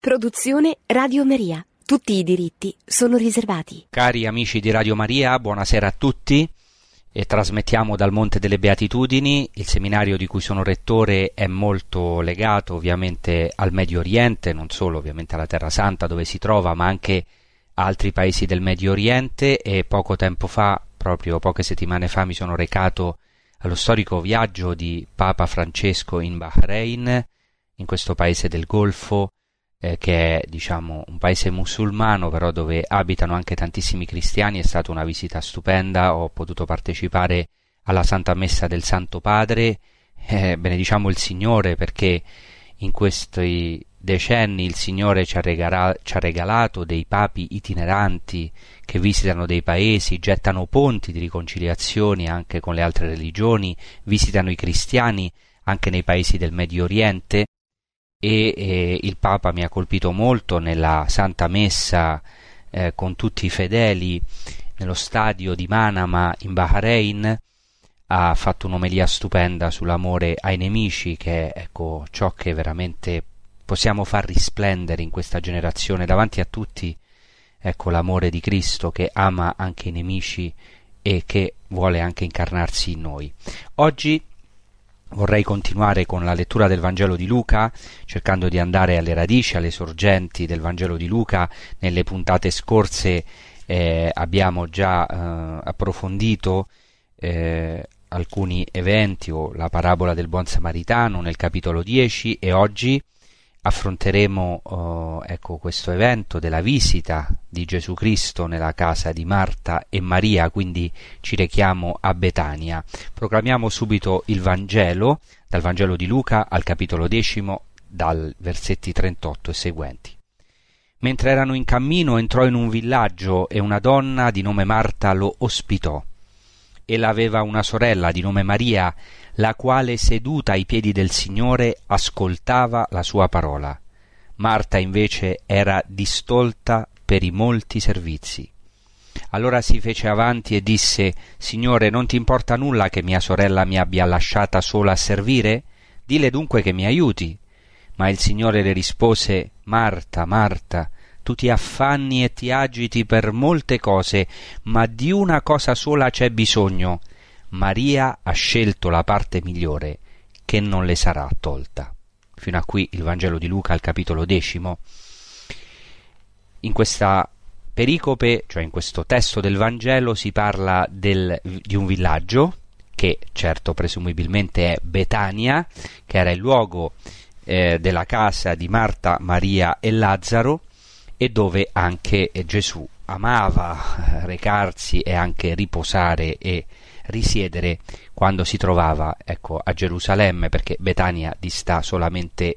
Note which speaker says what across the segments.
Speaker 1: Produzione Radio Maria. Tutti i diritti sono riservati.
Speaker 2: Cari amici di Radio Maria, buonasera a tutti. E trasmettiamo dal Monte delle Beatitudini. Il seminario di cui sono rettore è molto legato ovviamente al Medio Oriente, non solo ovviamente alla Terra Santa dove si trova, ma anche a altri paesi del Medio Oriente, e poco tempo fa, proprio poche settimane fa, mi sono recato allo storico viaggio di Papa Francesco in Bahrain, in questo paese del Golfo, che è diciamo un paese musulmano, però dove abitano anche tantissimi cristiani. È stata una visita stupenda, ho potuto partecipare alla Santa Messa del Santo Padre, benediciamo il Signore perché in questi decenni il Signore ci ha regalato dei papi itineranti che visitano dei paesi, gettano ponti di riconciliazione anche con le altre religioni, visitano i cristiani anche nei paesi del Medio Oriente. E il Papa mi ha colpito molto nella Santa Messa con tutti i fedeli nello stadio di Manama in Bahrain. Ha fatto un'omelia stupenda sull'amore ai nemici, che è ciò che veramente possiamo far risplendere in questa generazione davanti a tutti, l'amore di Cristo che ama anche i nemici e che vuole anche incarnarsi in noi. Oggi vorrei continuare con la lettura del Vangelo di Luca, cercando di andare alle radici, alle sorgenti del Vangelo di Luca. Nelle puntate scorse abbiamo già approfondito alcuni eventi o la parabola del buon samaritano nel capitolo 10, e oggi affronteremo questo evento della visita di Gesù Cristo nella casa di Marta e Maria, quindi ci rechiamo a Betania. Proclamiamo subito il Vangelo, dal Vangelo di Luca al capitolo 10, dal versetti 38 e seguenti. Mentre erano in cammino entrò in un villaggio e una donna di nome Marta lo ospitò. Ella aveva una sorella di nome Maria, la quale seduta ai piedi del Signore ascoltava la sua parola. Marta invece era distolta per i molti servizi. Allora si fece avanti e disse: Signore, non ti importa nulla che mia sorella mi abbia lasciata sola a servire? Dille dunque che mi aiuti. Ma il Signore le rispose: Marta, Marta, tu ti affanni e ti agiti per molte cose, ma di una cosa sola c'è bisogno. Maria ha scelto la parte migliore, che non le sarà tolta. Fino a qui il Vangelo di Luca al capitolo 10. In questa pericope, cioè in questo testo del Vangelo, si parla di un villaggio, che certo presumibilmente è Betania, che era il luogo della casa di Marta, Maria e Lazzaro, e dove anche Gesù amava recarsi e anche riposare e risiedere quando si trovava a Gerusalemme, perché Betania dista solamente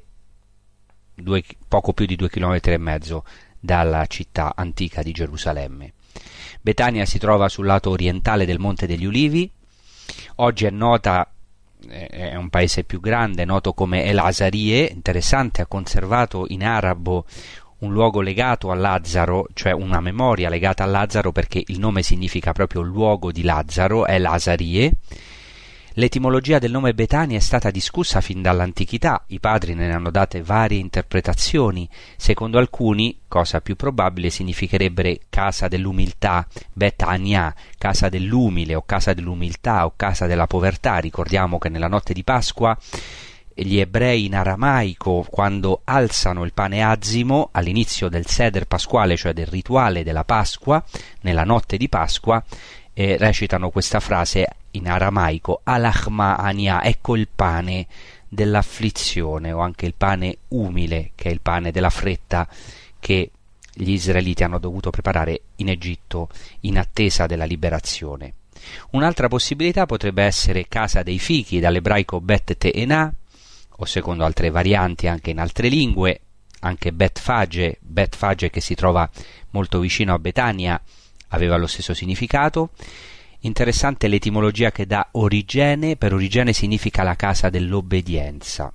Speaker 2: poco più di 2,5 chilometri dalla città antica di Gerusalemme. Betania si trova sul lato orientale del Monte degli Ulivi. Oggi è nota, è un paese più grande, noto come El Azarie. Interessante, ha conservato in arabo un luogo legato a Lazzaro, cioè una memoria legata a Lazzaro, perché il nome significa proprio luogo di Lazzaro, è l'Azarie. L'etimologia del nome Betania è stata discussa fin dall'antichità, i padri ne hanno date varie interpretazioni. Secondo alcuni, cosa più probabile, significherebbe casa dell'umiltà, Betania, casa dell'umile o casa dell'umiltà o casa della povertà. Ricordiamo che nella notte di Pasqua gli ebrei in aramaico, quando alzano il pane azimo all'inizio del seder pasquale, cioè del rituale della Pasqua, nella notte di Pasqua, recitano questa frase in aramaico: Alachma ania, ecco il pane dell'afflizione, o anche il pane umile, che è il pane della fretta che gli israeliti hanno dovuto preparare in Egitto in attesa della liberazione. Un'altra possibilità potrebbe essere casa dei fichi, dall'ebraico Bet Te'ena, o secondo altre varianti anche in altre lingue, anche Betfage che si trova molto vicino a Betania, aveva lo stesso significato. Interessante l'etimologia che dà Origene. Per Origene significa la casa dell'obbedienza.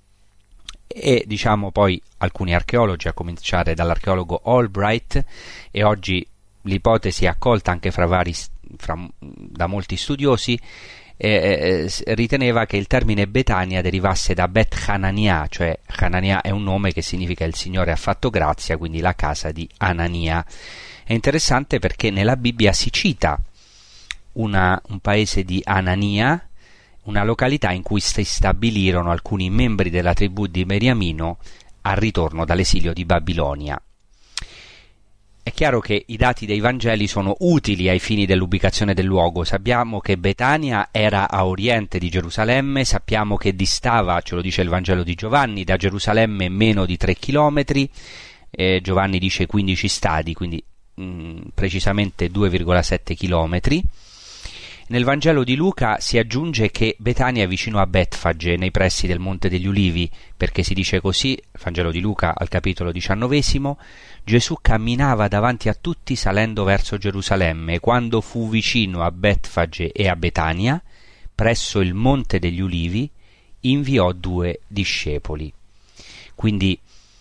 Speaker 2: E poi alcuni archeologi, a cominciare dall'archeologo Albright, e oggi l'ipotesi è accolta anche da molti studiosi, riteneva che il termine Betania derivasse da Bet Hanania, cioè Hanania è un nome che significa il Signore ha fatto grazia, quindi la casa di Anania. È interessante perché nella Bibbia si cita un paese di Anania, una località in cui si stabilirono alcuni membri della tribù di Beniamino al ritorno dall'esilio di Babilonia. È chiaro che i dati dei Vangeli sono utili ai fini dell'ubicazione del luogo. Sappiamo che Betania era a oriente di Gerusalemme, sappiamo che distava, ce lo dice il Vangelo di Giovanni, da Gerusalemme meno di 3 chilometri, Giovanni dice 15 stadi, quindi precisamente 2,7 chilometri. Nel Vangelo di Luca si aggiunge che Betania è vicino a Betfage, nei pressi del Monte degli Ulivi, perché si dice così, il Vangelo di Luca al capitolo 19, Gesù camminava davanti a tutti salendo verso Gerusalemme e quando fu vicino a Betfage e a Betania, presso il Monte degli Ulivi, inviò 2 discepoli. Quindi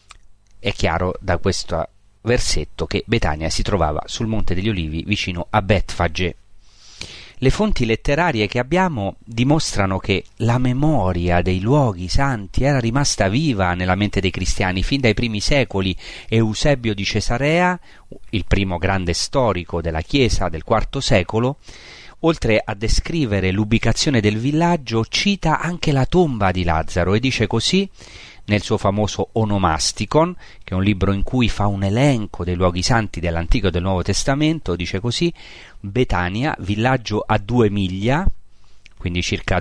Speaker 2: è chiaro da questo versetto che Betania si trovava sul Monte degli Ulivi vicino a Betfage. Le fonti letterarie che abbiamo dimostrano che la memoria dei luoghi santi era rimasta viva nella mente dei cristiani fin dai primi secoli. Eusebio di Cesarea, il primo grande storico della Chiesa del IV secolo, oltre a descrivere l'ubicazione del villaggio, cita anche la tomba di Lazzaro e dice così nel suo famoso Onomasticon, che è un libro in cui fa un elenco dei luoghi santi dell'Antico e del Nuovo Testamento, dice così: Betania, villaggio a 2 miglia, quindi circa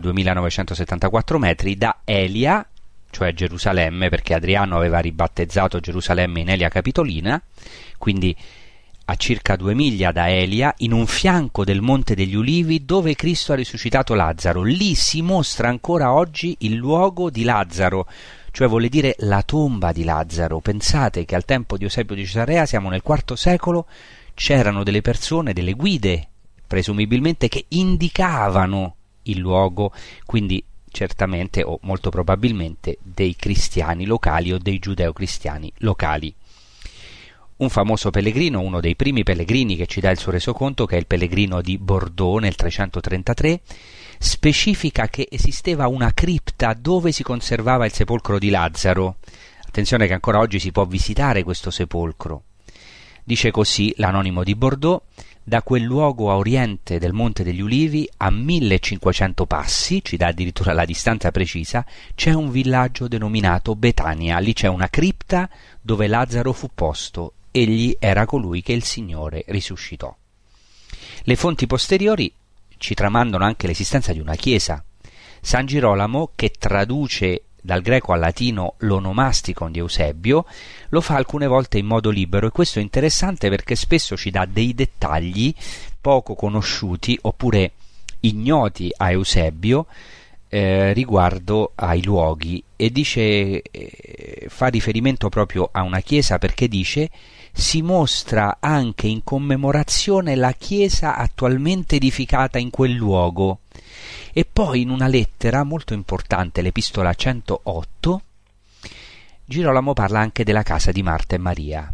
Speaker 2: 2974 metri, da Elia, cioè Gerusalemme, perché Adriano aveva ribattezzato Gerusalemme in Elia Capitolina, quindi a circa 2 miglia da Elia, in un fianco del Monte degli Ulivi, dove Cristo ha risuscitato Lazzaro. Lì si mostra ancora oggi il luogo di Lazzaro, cioè vuole dire la tomba di Lazzaro. Pensate che al tempo di Eusebio di Cesarea, siamo nel IV secolo, c'erano delle persone, delle guide, presumibilmente, che indicavano il luogo, quindi certamente o molto probabilmente dei cristiani locali o dei giudeo-cristiani locali. Un famoso pellegrino, uno dei primi pellegrini che ci dà il suo resoconto, che è il pellegrino di Bordeaux nel 333, specifica che esisteva una cripta dove si conservava il sepolcro di Lazzaro. Attenzione che ancora oggi si può visitare questo sepolcro. Dice così l'anonimo di Bordeaux: da quel luogo a oriente del Monte degli Ulivi, a 1500 passi, ci dà addirittura la distanza precisa, c'è un villaggio denominato Betania. Lì c'è una cripta dove Lazzaro fu posto. Egli era colui che il Signore risuscitò. Le fonti posteriori ci tramandano anche l'esistenza di una chiesa. San Girolamo, che traduce dal greco al latino l'Onomasticon di Eusebio, lo fa alcune volte in modo libero, e questo è interessante perché spesso ci dà dei dettagli poco conosciuti oppure ignoti a Eusebio riguardo ai luoghi, e dice fa riferimento proprio a una chiesa perché dice: si mostra anche in commemorazione la chiesa attualmente edificata in quel luogo. E poi in una lettera molto importante, l'epistola 108, Girolamo parla anche della casa di Marta e Maria,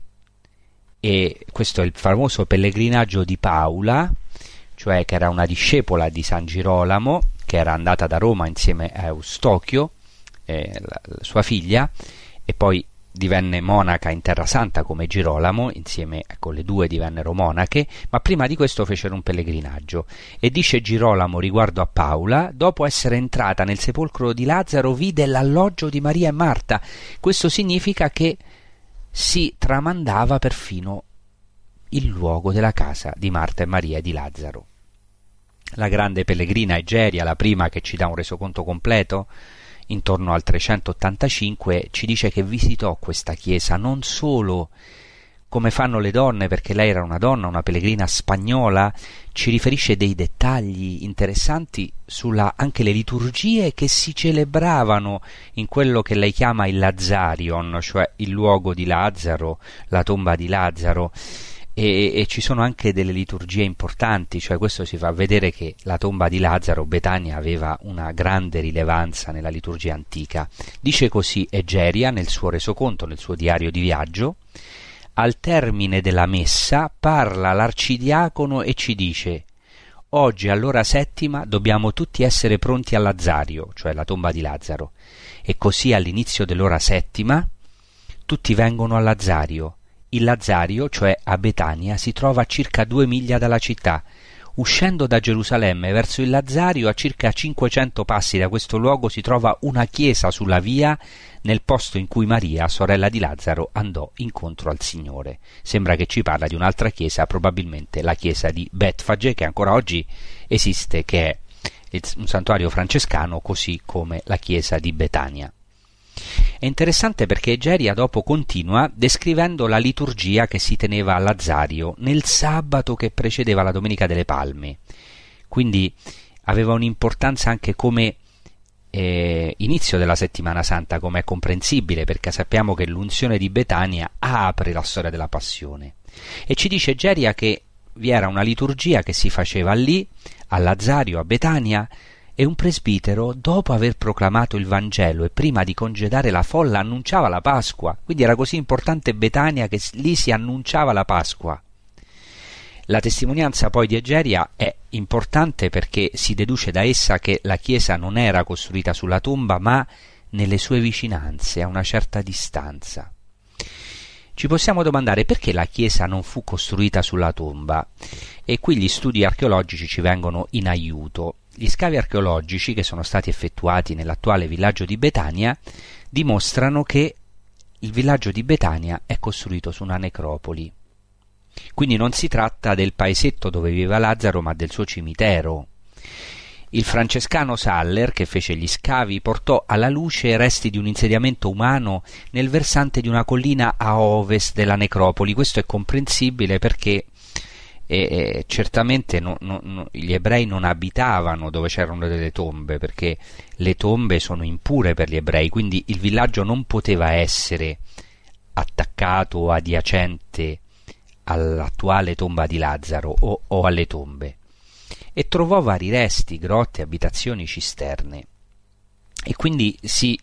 Speaker 2: e questo è il famoso pellegrinaggio di Paula, cioè che era una discepola di San Girolamo, che era andata da Roma insieme a Eustochio, sua figlia, e poi divenne monaca in Terra Santa come Girolamo, insieme con le due divennero monache, ma prima di questo fecero un pellegrinaggio. E dice Girolamo riguardo a Paula: dopo essere entrata nel sepolcro di Lazzaro vide l'alloggio di Maria e Marta. Questo significa che si tramandava perfino il luogo della casa di Marta e Maria e di Lazzaro. La grande pellegrina Egeria, la prima che ci dà un resoconto completo, intorno al 385, ci dice che visitò questa chiesa non solo come fanno le donne, perché lei era una donna, una pellegrina spagnola, ci riferisce dei dettagli interessanti sulla anche le liturgie che si celebravano in quello che lei chiama il Lazzarion, cioè il luogo di Lazzaro, la tomba di Lazzaro. E ci sono anche delle liturgie importanti, cioè questo si fa vedere che la tomba di Lazzaro, Betania, aveva una grande rilevanza nella liturgia antica. Dice così Egeria nel suo resoconto, nel suo diario di viaggio: al termine della messa parla l'arcidiacono e ci dice: oggi all'ora settima dobbiamo tutti essere pronti al Lazario, cioè la tomba di Lazzaro. E così all'inizio dell'ora settima tutti vengono al Lazario. Il Lazario, cioè a Betania, si trova a circa 2 miglia dalla città. Uscendo da Gerusalemme verso il Lazario, a circa 500 passi da questo luogo, si trova una chiesa sulla via, nel posto in cui Maria, sorella di Lazzaro, andò incontro al Signore. Sembra che ci parla di un'altra chiesa, probabilmente la chiesa di Betfage, che ancora oggi esiste, che è un santuario francescano, così come la chiesa di Betania. È interessante perché Egeria dopo continua descrivendo la liturgia che si teneva a Lazario nel sabato che precedeva la Domenica delle Palme. Quindi aveva un'importanza anche come inizio della Settimana Santa, come è comprensibile, perché sappiamo che l'unzione di Betania apre la storia della Passione. E ci dice Egeria che vi era una liturgia che si faceva lì, a Lazario, a Betania, e un presbitero, dopo aver proclamato il Vangelo e prima di congedare la folla, annunciava la Pasqua. Quindi era così importante Betania che lì si annunciava la Pasqua. La testimonianza poi di Egeria è importante perché si deduce da essa che la chiesa non era costruita sulla tomba, ma nelle sue vicinanze, a una certa distanza. Ci possiamo domandare perché la chiesa non fu costruita sulla tomba, e qui gli studi archeologici ci vengono in aiuto. Gli scavi archeologici che sono stati effettuati nell'attuale villaggio di Betania dimostrano che il villaggio di Betania è costruito su una necropoli. Quindi non si tratta del paesetto dove viveva Lazzaro, ma del suo cimitero. Il francescano Saller, che fece gli scavi, portò alla luce resti di un insediamento umano nel versante di una collina a ovest della necropoli. Questo è comprensibile perché certamente gli ebrei non abitavano dove c'erano delle tombe, perché le tombe sono impure per gli ebrei, quindi il villaggio non poteva essere attaccato o adiacente all'attuale tomba di Lazzaro o alle tombe. E trovò vari resti, grotte, abitazioni, cisterne, e quindi si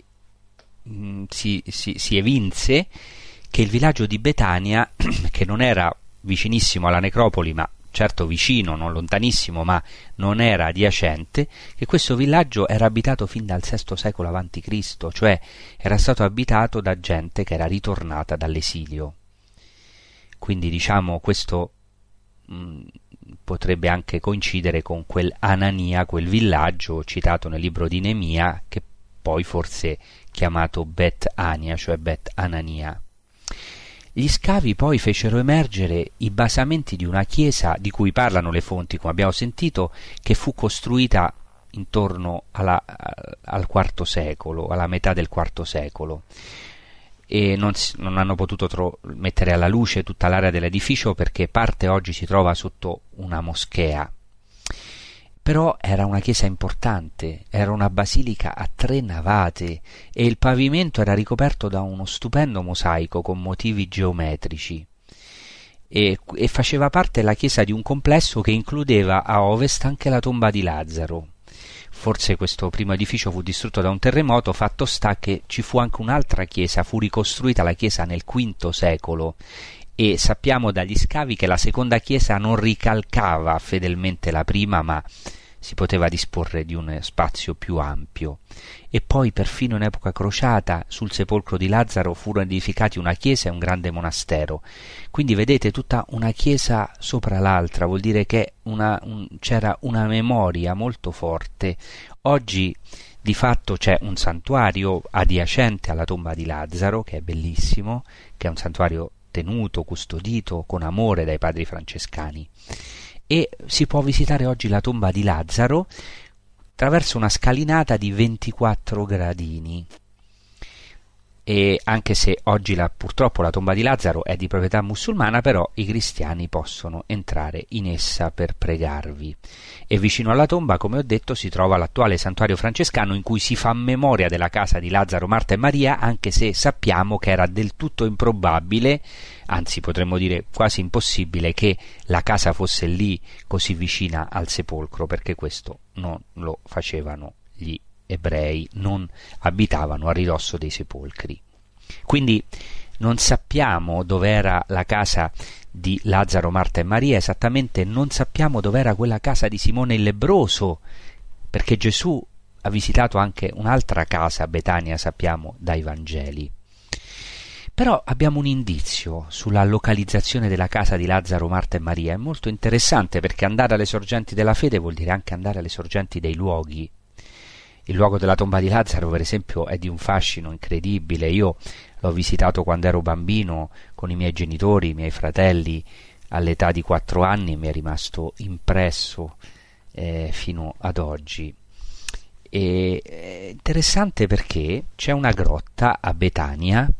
Speaker 2: evinse che il villaggio di Betania, che non era vicinissimo alla necropoli, ma certo vicino, non lontanissimo, ma non era adiacente, che questo villaggio era abitato fin dal VI secolo a.C., cioè era stato abitato da gente che era ritornata dall'esilio. Quindi diciamo questo potrebbe anche coincidere con quel Anania, quel villaggio citato nel libro di Neemia, che poi forse chiamato Bet Ania, cioè Bet Anania. Gli scavi poi fecero emergere i basamenti di una chiesa di cui parlano le fonti, come abbiamo sentito, che fu costruita intorno al IV secolo, alla metà del IV secolo. E non hanno potuto mettere alla luce tutta l'area dell'edificio perché parte oggi si trova sotto una moschea. Però era una chiesa importante, era una basilica a 3 navate e il pavimento era ricoperto da uno stupendo mosaico con motivi geometrici e faceva parte la chiesa di un complesso che includeva a ovest anche la tomba di Lazzaro. Forse questo primo edificio fu distrutto da un terremoto, fatto sta che ci fu anche un'altra chiesa, fu ricostruita la chiesa nel V secolo e sappiamo dagli scavi che la seconda chiesa non ricalcava fedelmente la prima, ma si poteva disporre di un spazio più ampio. E poi perfino in epoca crociata sul sepolcro di Lazzaro furono edificati una chiesa e un grande monastero. Quindi vedete tutta una chiesa sopra l'altra, vuol dire che c'era una memoria molto forte. Oggi di fatto c'è un santuario adiacente alla tomba di Lazzaro, che è bellissimo, che è un santuario tenuto, custodito con amore dai padri francescani. E si può visitare oggi la tomba di Lazzaro attraverso una scalinata di 24 gradini. E anche se oggi purtroppo la tomba di Lazzaro è di proprietà musulmana, però i cristiani possono entrare in essa per pregarvi. E vicino alla tomba, come ho detto, si trova l'attuale santuario francescano in cui si fa memoria della casa di Lazzaro, Marta e Maria, anche se sappiamo che era del tutto improbabile, anzi potremmo dire quasi impossibile, che la casa fosse lì così vicina al sepolcro, perché questo non lo facevano gli ebrei, non abitavano a ridosso dei sepolcri. Quindi Non sappiamo dov'era la casa di Lazzaro, Marta e Maria, esattamente non sappiamo dov'era quella casa di Simone il lebbroso, perché Gesù ha visitato anche un'altra casa a Betania, sappiamo dai Vangeli. Però abbiamo un indizio sulla localizzazione della casa di Lazzaro, Marta e Maria. È molto interessante, perché andare alle sorgenti della fede vuol dire anche andare alle sorgenti dei luoghi. Il luogo della tomba di Lazzaro, per esempio, è di un fascino incredibile. Io l'ho visitato quando ero bambino con i miei genitori, i miei fratelli, all'età di 4 anni, e mi è rimasto impresso fino ad oggi. E è interessante perché c'è una grotta a Betania,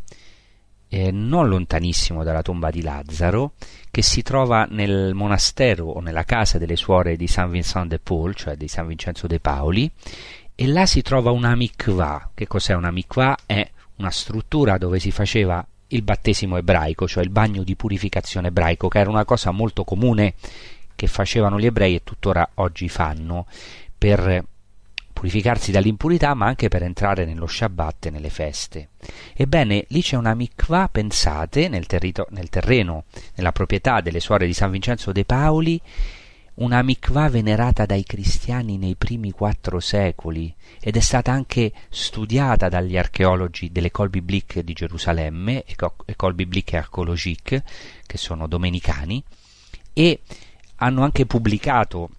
Speaker 2: non lontanissimo dalla tomba di Lazzaro, che si trova nel monastero o nella casa delle suore di Saint Vincent de Paul, cioè di San Vincenzo de Paoli, e là si trova una mikvah. Che cos'è una mikvah? È una struttura dove si faceva il battesimo ebraico, cioè il bagno di purificazione ebraico, che era una cosa molto comune che facevano gli ebrei e tuttora oggi fanno, per purificarsi dall'impurità, ma anche per entrare nello Shabbat e nelle feste. Ebbene, lì c'è una mikvah, pensate, nel terreno, nella proprietà delle suore di San Vincenzo de Paoli, una mikvah venerata dai cristiani nei primi 4 secoli, ed è stata anche studiata dagli archeologi dell'École biblique di Gerusalemme, École biblique et archéologique, che sono domenicani, e hanno anche pubblicato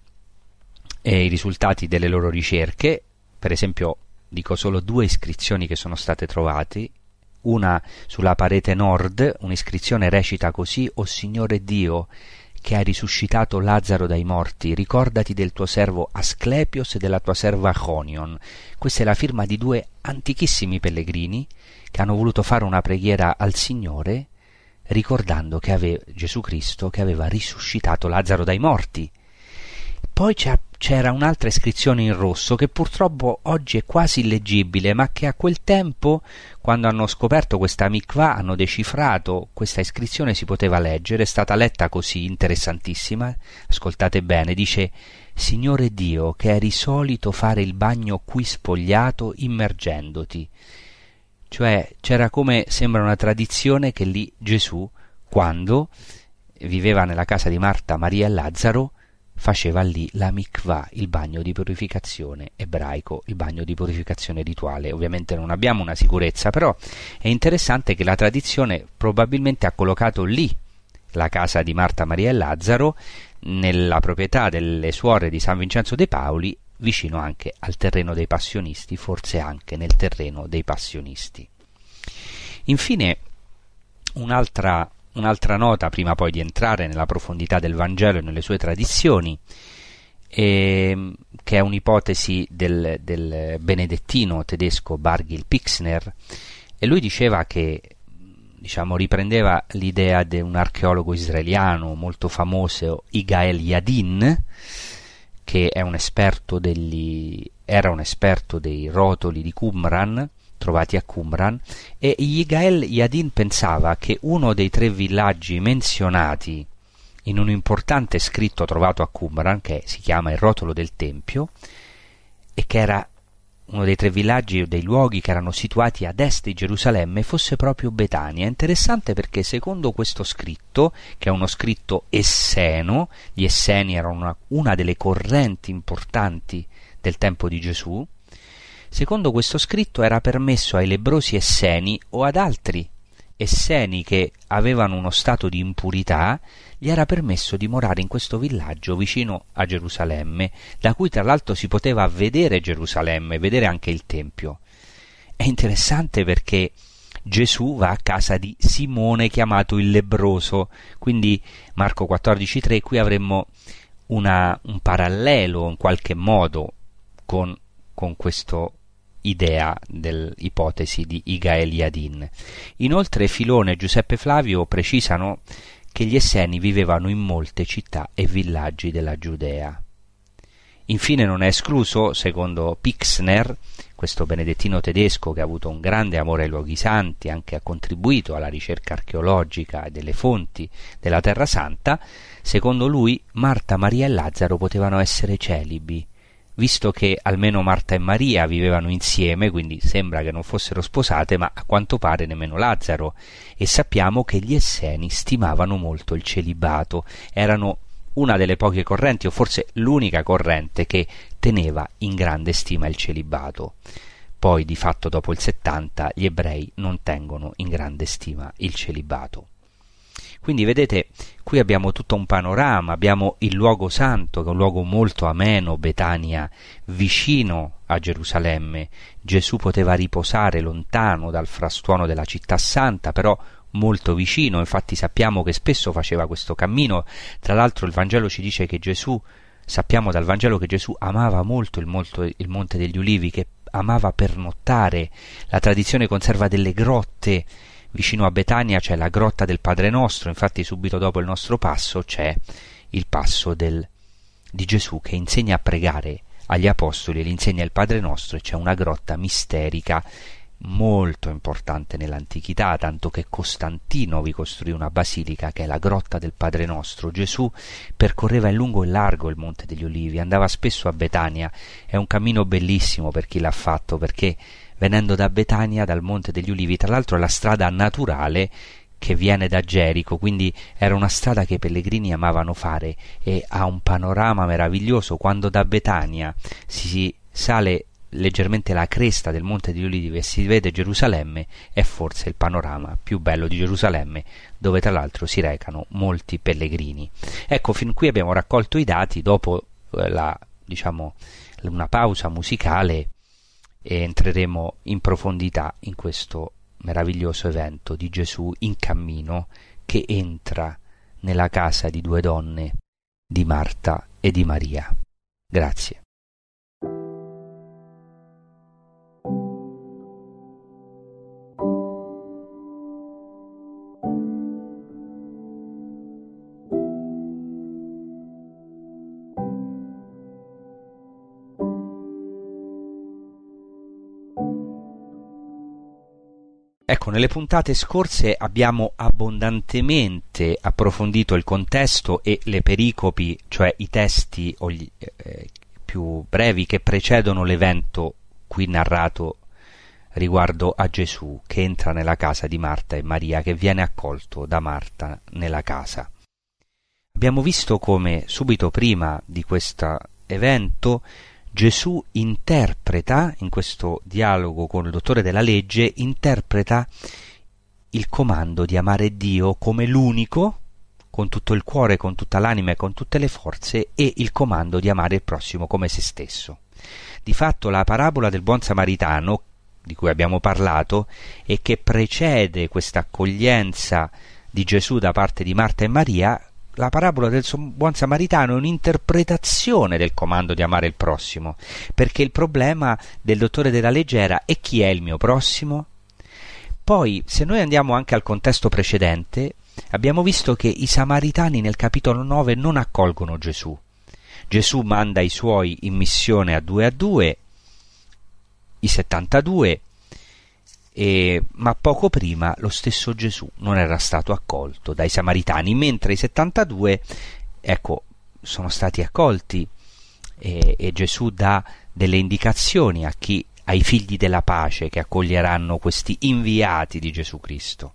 Speaker 2: i risultati delle loro ricerche. Per esempio, dico solo 2 iscrizioni che sono state trovate. Una sulla parete nord, un'iscrizione recita così: «O Signore Dio, che hai risuscitato Lazzaro dai morti, ricordati del tuo servo Asclepios e della tua serva Chonion». Questa è la firma di 2 antichissimi pellegrini che hanno voluto fare una preghiera al Signore, ricordando che Gesù Cristo che aveva risuscitato Lazzaro dai morti. Poi c'era un'altra iscrizione in rosso che purtroppo oggi è quasi illeggibile, ma che a quel tempo, quando hanno scoperto questa mikvah, hanno decifrato questa iscrizione, si poteva leggere. È stata letta così, interessantissima, ascoltate bene, dice: «Signore Dio, che eri solito fare il bagno qui spogliato immergendoti». Cioè c'era, come sembra una tradizione, che lì Gesù, quando viveva nella casa di Marta, Maria e Lazzaro, faceva lì la mikvah, il bagno di purificazione ebraico, il bagno di purificazione rituale. Ovviamente non abbiamo una sicurezza, però è interessante che la tradizione probabilmente ha collocato lì la casa di Marta, Maria e Lazzaro, nella proprietà delle suore di San Vincenzo de Paoli, vicino anche al terreno dei passionisti, forse anche nel terreno dei passionisti. Infine, un'altra nota, prima poi di entrare nella profondità del Vangelo e nelle sue tradizioni, che è un'ipotesi del benedettino tedesco Bargil Pixner, e lui diceva che, riprendeva l'idea di un archeologo israeliano molto famoso, Yigael Yadin, che era un esperto dei rotoli di Qumran, trovati a Qumran, e Yigael Yadin pensava che uno dei 3 villaggi menzionati in un importante scritto trovato a Qumran, che si chiama il Rotolo del Tempio, e che era uno dei 3 villaggi o dei luoghi che erano situati ad est di Gerusalemme, fosse proprio Betania. È interessante perché secondo questo scritto, che è uno scritto esseno, gli esseni erano una delle correnti importanti del tempo di Gesù, secondo questo scritto era permesso ai lebbrosi esseni o ad altri esseni che avevano uno stato di impurità, gli era permesso dimorare in questo villaggio vicino a Gerusalemme, da cui tra l'altro si poteva vedere Gerusalemme, vedere anche il Tempio. È interessante perché Gesù va a casa di Simone, chiamato il lebbroso, quindi Marco 14,3, qui avremmo un parallelo in qualche modo con questo idea dell'ipotesi di Yigael Yadin. Inoltre Filone e Giuseppe Flavio precisano che gli Esseni vivevano in molte città e villaggi della Giudea. Infine non è escluso, secondo Pixner, questo benedettino tedesco che ha avuto un grande amore ai luoghi santi, anche ha contribuito alla ricerca archeologica e delle fonti della Terra Santa, secondo lui Marta, Maria e Lazzaro potevano essere celibi, visto che almeno Marta e Maria vivevano insieme, quindi sembra che non fossero sposate, ma a quanto pare nemmeno Lazzaro, e sappiamo che gli Esseni stimavano molto il celibato, erano una delle poche correnti, o forse l'unica corrente, che teneva in grande stima il celibato. Poi, di fatto, dopo il 70, gli ebrei non tengono in grande stima il celibato. Quindi vedete, qui abbiamo tutto un panorama, abbiamo il luogo santo, che è un luogo molto ameno, Betania, vicino a Gerusalemme. Gesù poteva riposare lontano dal frastuono della città santa, però molto vicino, infatti sappiamo che spesso faceva questo cammino. Tra l'altro il Vangelo ci dice che sappiamo dal Vangelo che Gesù amava molto il Monte degli Ulivi, che amava pernottare. La tradizione conserva delle grotte. Vicino a Betania c'è la grotta del Padre Nostro, infatti subito dopo il nostro passo c'è il passo di Gesù che insegna a pregare agli Apostoli e gli insegna il Padre Nostro, e c'è una grotta misterica molto importante nell'antichità, tanto che Costantino vi costruì una basilica che è la grotta del Padre Nostro. Gesù percorreva in lungo e largo il Monte degli Ulivi, andava spesso a Betania, è un cammino bellissimo per chi l'ha fatto, perché venendo da Betania, dal Monte degli Ulivi, tra l'altro è la strada naturale che viene da Gerico, quindi era una strada che i pellegrini amavano fare, e ha un panorama meraviglioso. Quando da Betania si sale leggermente la cresta del Monte degli Ulivi e si vede Gerusalemme, è forse il panorama più bello di Gerusalemme, dove tra l'altro si recano molti pellegrini. Ecco, fin qui abbiamo raccolto i dati. Dopo una pausa musicale, e entreremo in profondità in questo meraviglioso evento di Gesù in cammino, che entra nella casa di due donne, di Marta e di Maria. Grazie. Ecco, nelle puntate scorse abbiamo abbondantemente approfondito il contesto e le pericopi, cioè i testi più brevi che precedono l'evento qui narrato riguardo a Gesù che entra nella casa di Marta e Maria, che viene accolto da Marta nella casa. Abbiamo visto come subito prima di questo evento Gesù interpreta, in questo dialogo con il dottore della legge, interpreta il comando di amare Dio come l'unico, con tutto il cuore, con tutta l'anima e con tutte le forze, e il comando di amare il prossimo come se stesso. Di fatto la parabola del buon samaritano, di cui abbiamo parlato, e che precede questa accoglienza di Gesù da parte di Marta e Maria, la parabola del buon samaritano è un'interpretazione del comando di amare il prossimo, perché il problema del dottore della legge era: e chi è il mio prossimo? Poi, se noi andiamo anche al contesto precedente, abbiamo visto che i samaritani nel capitolo 9 non accolgono Gesù. Gesù manda i suoi in missione a due, i 72, ma poco prima lo stesso Gesù non era stato accolto dai samaritani, mentre i 72 sono stati accolti, e Gesù dà delle indicazioni ai figli della pace che accoglieranno questi inviati di Gesù Cristo.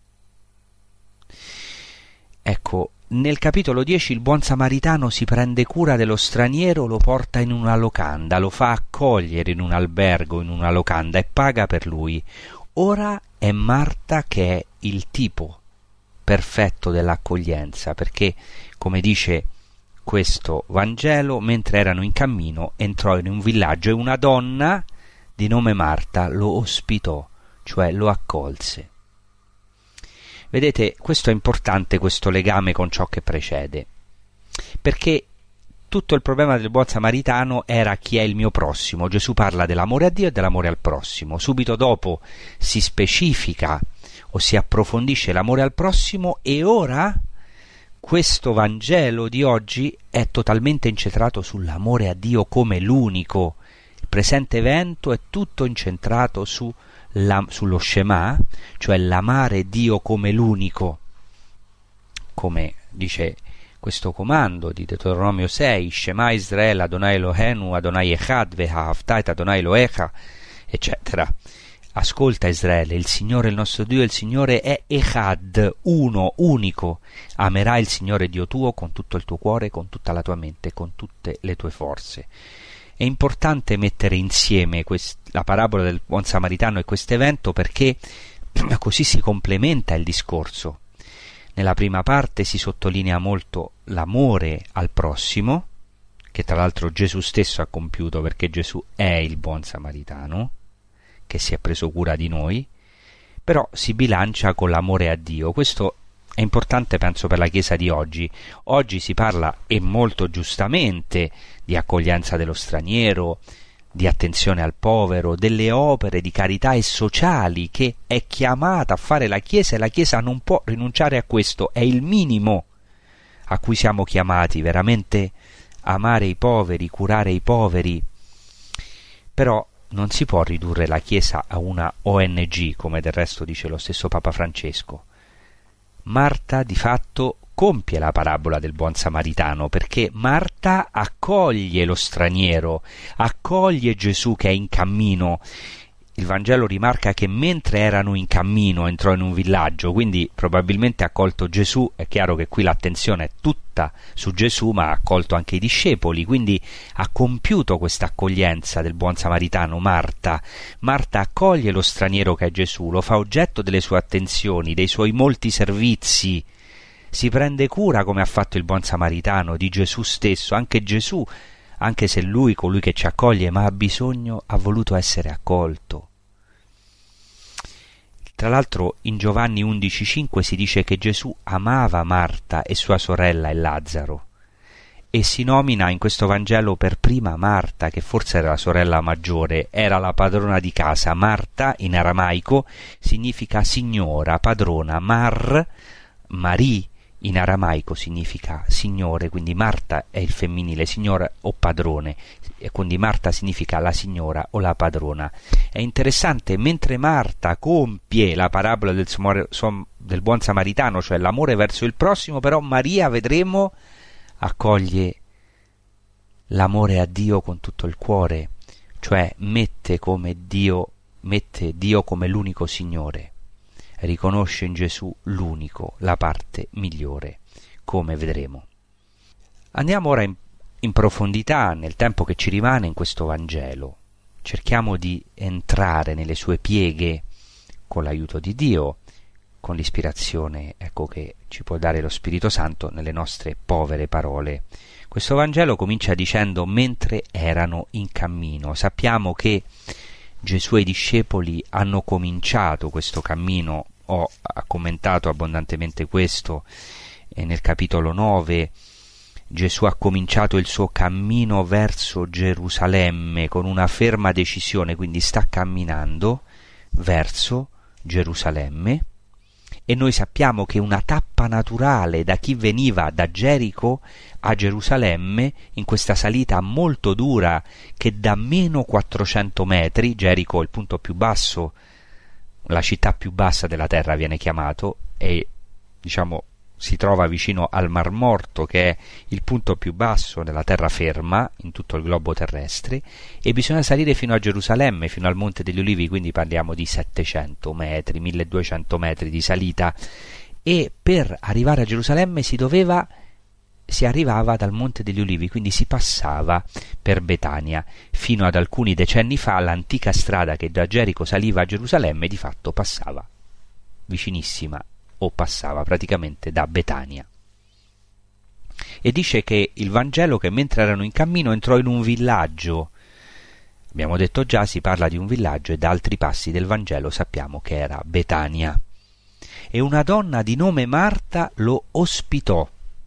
Speaker 2: Ecco, nel capitolo 10 il buon samaritano si prende cura dello straniero, lo porta in una locanda, lo fa accogliere in un albergo, in una locanda, e paga per lui. Ora è Marta che è il tipo perfetto dell'accoglienza, perché, come dice questo Vangelo, mentre erano in cammino entrò in un villaggio e una donna di nome Marta lo ospitò, cioè lo accolse. Vedete, questo è importante, questo legame con ciò che precede, perché tutto il problema del buon samaritano era: chi è il mio prossimo? Gesù parla dell'amore a Dio e dell'amore al prossimo. Subito dopo si specifica o si approfondisce l'amore al prossimo, e ora questo Vangelo di oggi è totalmente incentrato sull'amore a Dio come l'unico. Il presente evento è tutto incentrato sullo Shema, cioè l'amare Dio come l'unico, come dice questo comando di Deuteronomio 6, Shema Israele Adonai Elohenu Adonai Echad Ve'ahavta et Adonai Elohecha, eccetera. Ascolta Israele, il Signore il nostro Dio, il Signore è Echad, uno, unico. Amerai il Signore Dio tuo con tutto il tuo cuore, con tutta la tua mente, con tutte le tue forze. È importante mettere insieme la parabola del buon samaritano e questo evento, perché così si complementa il discorso. Nella prima parte si sottolinea molto l'amore al prossimo, che tra l'altro Gesù stesso ha compiuto, perché Gesù è il buon samaritano, che si è preso cura di noi, però si bilancia con l'amore a Dio. Questo è importante, penso, per la Chiesa di oggi. Oggi si parla, e molto giustamente, di accoglienza dello straniero, di attenzione al povero, delle opere di carità e sociali che è chiamata a fare la Chiesa, e la Chiesa non può rinunciare a questo. È il minimo a cui siamo chiamati, veramente amare i poveri, curare i poveri. Però non si può ridurre la Chiesa a una ONG, come del resto dice lo stesso Papa Francesco. Marta di fatto compie la parabola del buon samaritano, perché Marta accoglie lo straniero, accoglie Gesù che è in cammino. Il Vangelo rimarca che mentre erano in cammino entrò in un villaggio, quindi probabilmente ha accolto Gesù. È chiaro che qui l'attenzione è tutta su Gesù, ma ha accolto anche i discepoli, quindi ha compiuto questa accoglienza del buon samaritano. Marta accoglie lo straniero che è Gesù, lo fa oggetto delle sue attenzioni, dei suoi molti servizi, si prende cura, come ha fatto il buon samaritano, di Gesù stesso. Anche Gesù, anche se lui, colui che ci accoglie, ma ha bisogno, ha voluto essere accolto. Tra l'altro in Giovanni 11,5 si dice che Gesù amava Marta e sua sorella e Lazzaro, e si nomina in questo Vangelo per prima Marta, che forse era la sorella maggiore, era la padrona di casa. Marta in aramaico significa signora, padrona. Marie in aramaico significa signore, quindi Marta è il femminile, signora o padrone, e quindi Marta significa la signora o la padrona. È interessante, mentre Marta compie la parabola del buon samaritano, cioè l'amore verso il prossimo, però Maria, vedremo, accoglie l'amore a Dio con tutto il cuore, cioè mette Dio come l'unico Signore. Riconosce in Gesù l'unico, la parte migliore, come vedremo. Andiamo ora in profondità, nel tempo che ci rimane, in questo Vangelo. Cerchiamo di entrare nelle sue pieghe con l'aiuto di Dio, con l'ispirazione, che ci può dare lo Spirito Santo nelle nostre povere parole. Questo Vangelo comincia dicendo: mentre erano in cammino. Sappiamo che Gesù e i discepoli hanno cominciato questo cammino. Ho commentato abbondantemente questo, e nel capitolo 9 Gesù ha cominciato il suo cammino verso Gerusalemme con una ferma decisione, quindi sta camminando verso Gerusalemme, e noi sappiamo che una tappa naturale da chi veniva da Gerico a Gerusalemme, in questa salita molto dura che da meno 400 metri, Gerico è il punto più basso, la città più bassa della terra viene chiamato, e si trova vicino al Mar Morto, che è il punto più basso della terraferma in tutto il globo terrestre, e bisogna salire fino a Gerusalemme, fino al Monte degli Ulivi, quindi parliamo di 700 metri, 1200 metri di salita, e per arrivare a Gerusalemme si arrivava dal Monte degli Ulivi, quindi si passava per Betania. Fino ad alcuni decenni fa l'antica strada che da Gerico saliva a Gerusalemme di fatto passava vicinissima, o passava praticamente da Betania. E dice che il Vangelo, che mentre erano in cammino entrò in un villaggio. Abbiamo detto già, si parla di un villaggio, e da altri passi del Vangelo sappiamo che era Betania. E una donna di nome Marta lo ospitò.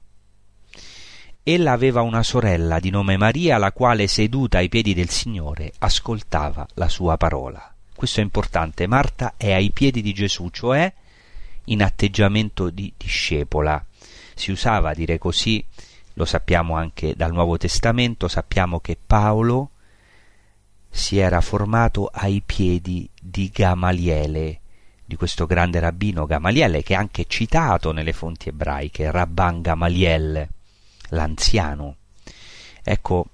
Speaker 2: Ella aveva una sorella di nome Maria, la quale, seduta ai piedi del Signore, ascoltava la sua parola. Questo è importante. Marta è ai piedi di Gesù, cioè in atteggiamento di discepola. Si usava dire così, lo sappiamo anche dal Nuovo Testamento. Sappiamo che Paolo si era formato ai piedi di Gamaliele, di questo grande rabbino Gamaliele, che è anche citato nelle fonti ebraiche, Rabban Gamaliel. l'anziano. Ecco,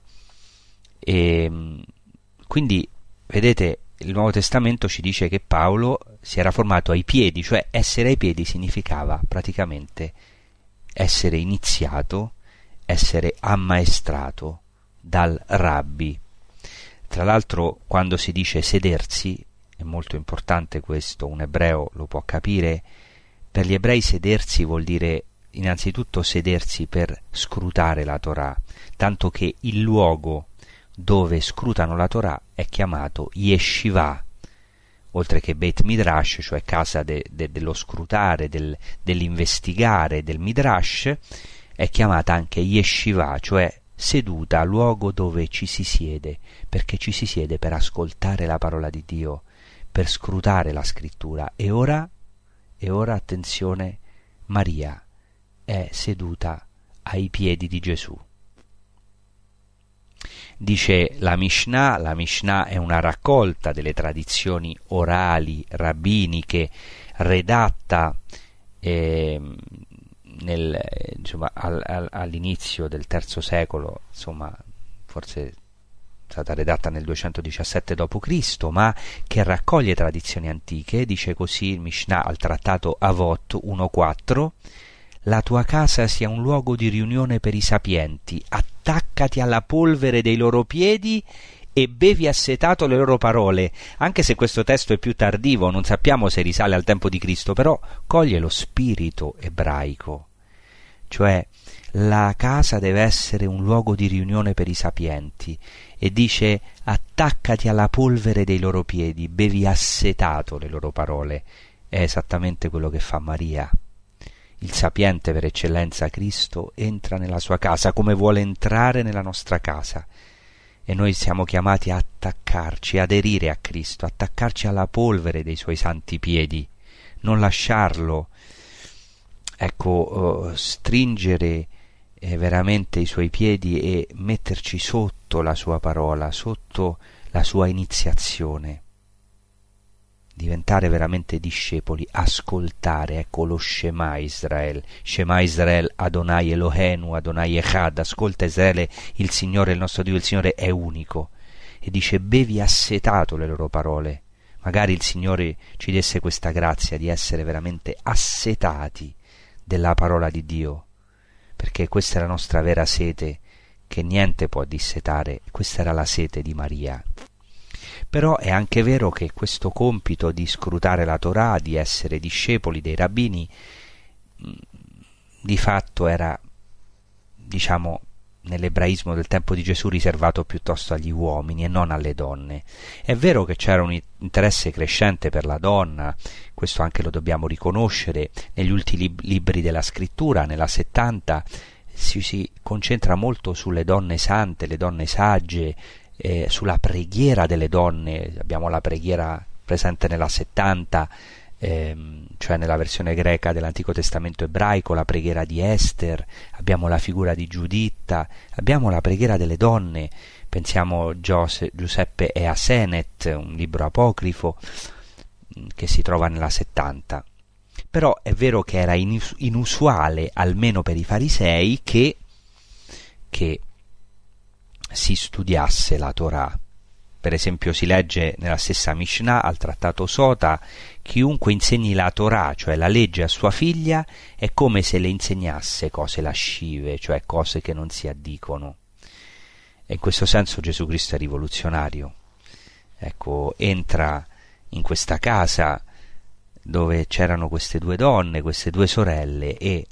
Speaker 2: quindi vedete, il Nuovo Testamento ci dice che Paolo si era formato ai piedi, cioè essere ai piedi significava praticamente essere iniziato, essere ammaestrato dal rabbi. Tra l'altro, quando si dice sedersi, è molto importante questo, un ebreo lo può capire, per gli ebrei sedersi vuol dire innanzitutto sedersi per scrutare la Torah, tanto che il luogo dove scrutano la Torah è chiamato Yeshiva, oltre che Beit Midrash, cioè casa dello scrutare, dell'investigare, del Midrash, è chiamata anche Yeshiva, cioè seduta, luogo dove ci si siede, perché ci si siede per ascoltare la parola di Dio, per scrutare la scrittura. E ora, attenzione, Maria è seduta ai piedi di Gesù. Dice la Mishnah è una raccolta delle tradizioni orali, rabbiniche, redatta all'inizio del III secolo, insomma, forse è stata redatta nel 217 d.C., ma che raccoglie tradizioni antiche. Dice così il Mishnah al trattato Avot 1.4: la tua casa sia un luogo di riunione per i sapienti, attaccati alla polvere dei loro piedi e bevi assetato le loro parole. Anche se questo testo è più tardivo, non sappiamo se risale al tempo di Cristo, però coglie lo spirito ebraico, cioè la casa deve essere un luogo di riunione per i sapienti, e dice attaccati alla polvere dei loro piedi, bevi assetato le loro parole. È esattamente quello che fa Maria. Il sapiente per eccellenza, Cristo, entra nella sua casa come vuole entrare nella nostra casa, e noi siamo chiamati a attaccarci, aderire a Cristo, attaccarci alla polvere dei suoi santi piedi, non lasciarlo, stringere veramente i suoi piedi e metterci sotto la sua parola, sotto la sua iniziazione. Diventare veramente discepoli, ascoltare, lo Shema Israel, Adonai Elohenu, Adonai Echad, ascolta Israele, il Signore, il nostro Dio, il Signore è unico. E dice bevi assetato le loro parole. Magari il Signore ci desse questa grazia di essere veramente assetati della parola di Dio, perché questa è la nostra vera sete, che niente può dissetare. Questa era la sete di Maria. Però è anche vero che questo compito di scrutare la Torah, di essere discepoli dei rabbini, di fatto era, nell'ebraismo del tempo di Gesù, riservato piuttosto agli uomini e non alle donne. È vero che c'era un interesse crescente per la donna, questo anche lo dobbiamo riconoscere. Negli ultimi libri della scrittura, nella 70, si concentra molto sulle donne sante, le donne sagge, sulla preghiera delle donne. Abbiamo la preghiera presente nella 70, cioè nella versione greca dell'Antico Testamento ebraico, la preghiera di Ester, abbiamo la figura di Giuditta, abbiamo la preghiera delle donne. Pensiamo Giuseppe e Asenet, un libro apocrifo che si trova nella 70. Però è vero che era inusuale, almeno per i farisei, che si studiasse la Torah. Per esempio si legge nella stessa Mishnah al trattato Sota: chiunque insegni la Torah, cioè la legge, a sua figlia è come se le insegnasse cose lascive, cioè cose che non si addicono. E in questo senso Gesù Cristo è rivoluzionario. Entra in questa casa dove c'erano queste due donne, queste due sorelle, e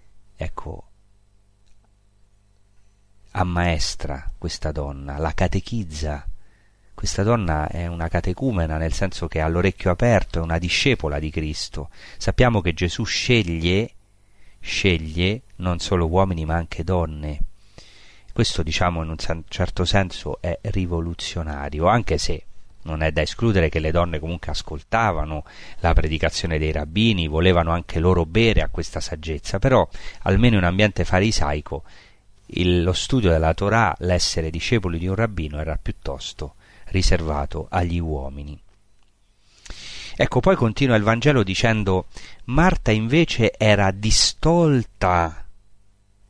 Speaker 2: ammaestra questa donna, la catechizza. Questa donna è una catecumena, nel senso che ha l'orecchio aperto, è una discepola di Cristo. Sappiamo che Gesù sceglie non solo uomini ma anche donne. Questo, in un certo senso, è rivoluzionario, anche se non è da escludere che le donne comunque ascoltavano la predicazione dei rabbini, volevano anche loro bere a questa saggezza, però almeno in un ambiente farisaico lo studio della Torah, l'essere discepoli di un rabbino, era piuttosto riservato agli uomini. Poi continua il Vangelo dicendo: Marta invece era distolta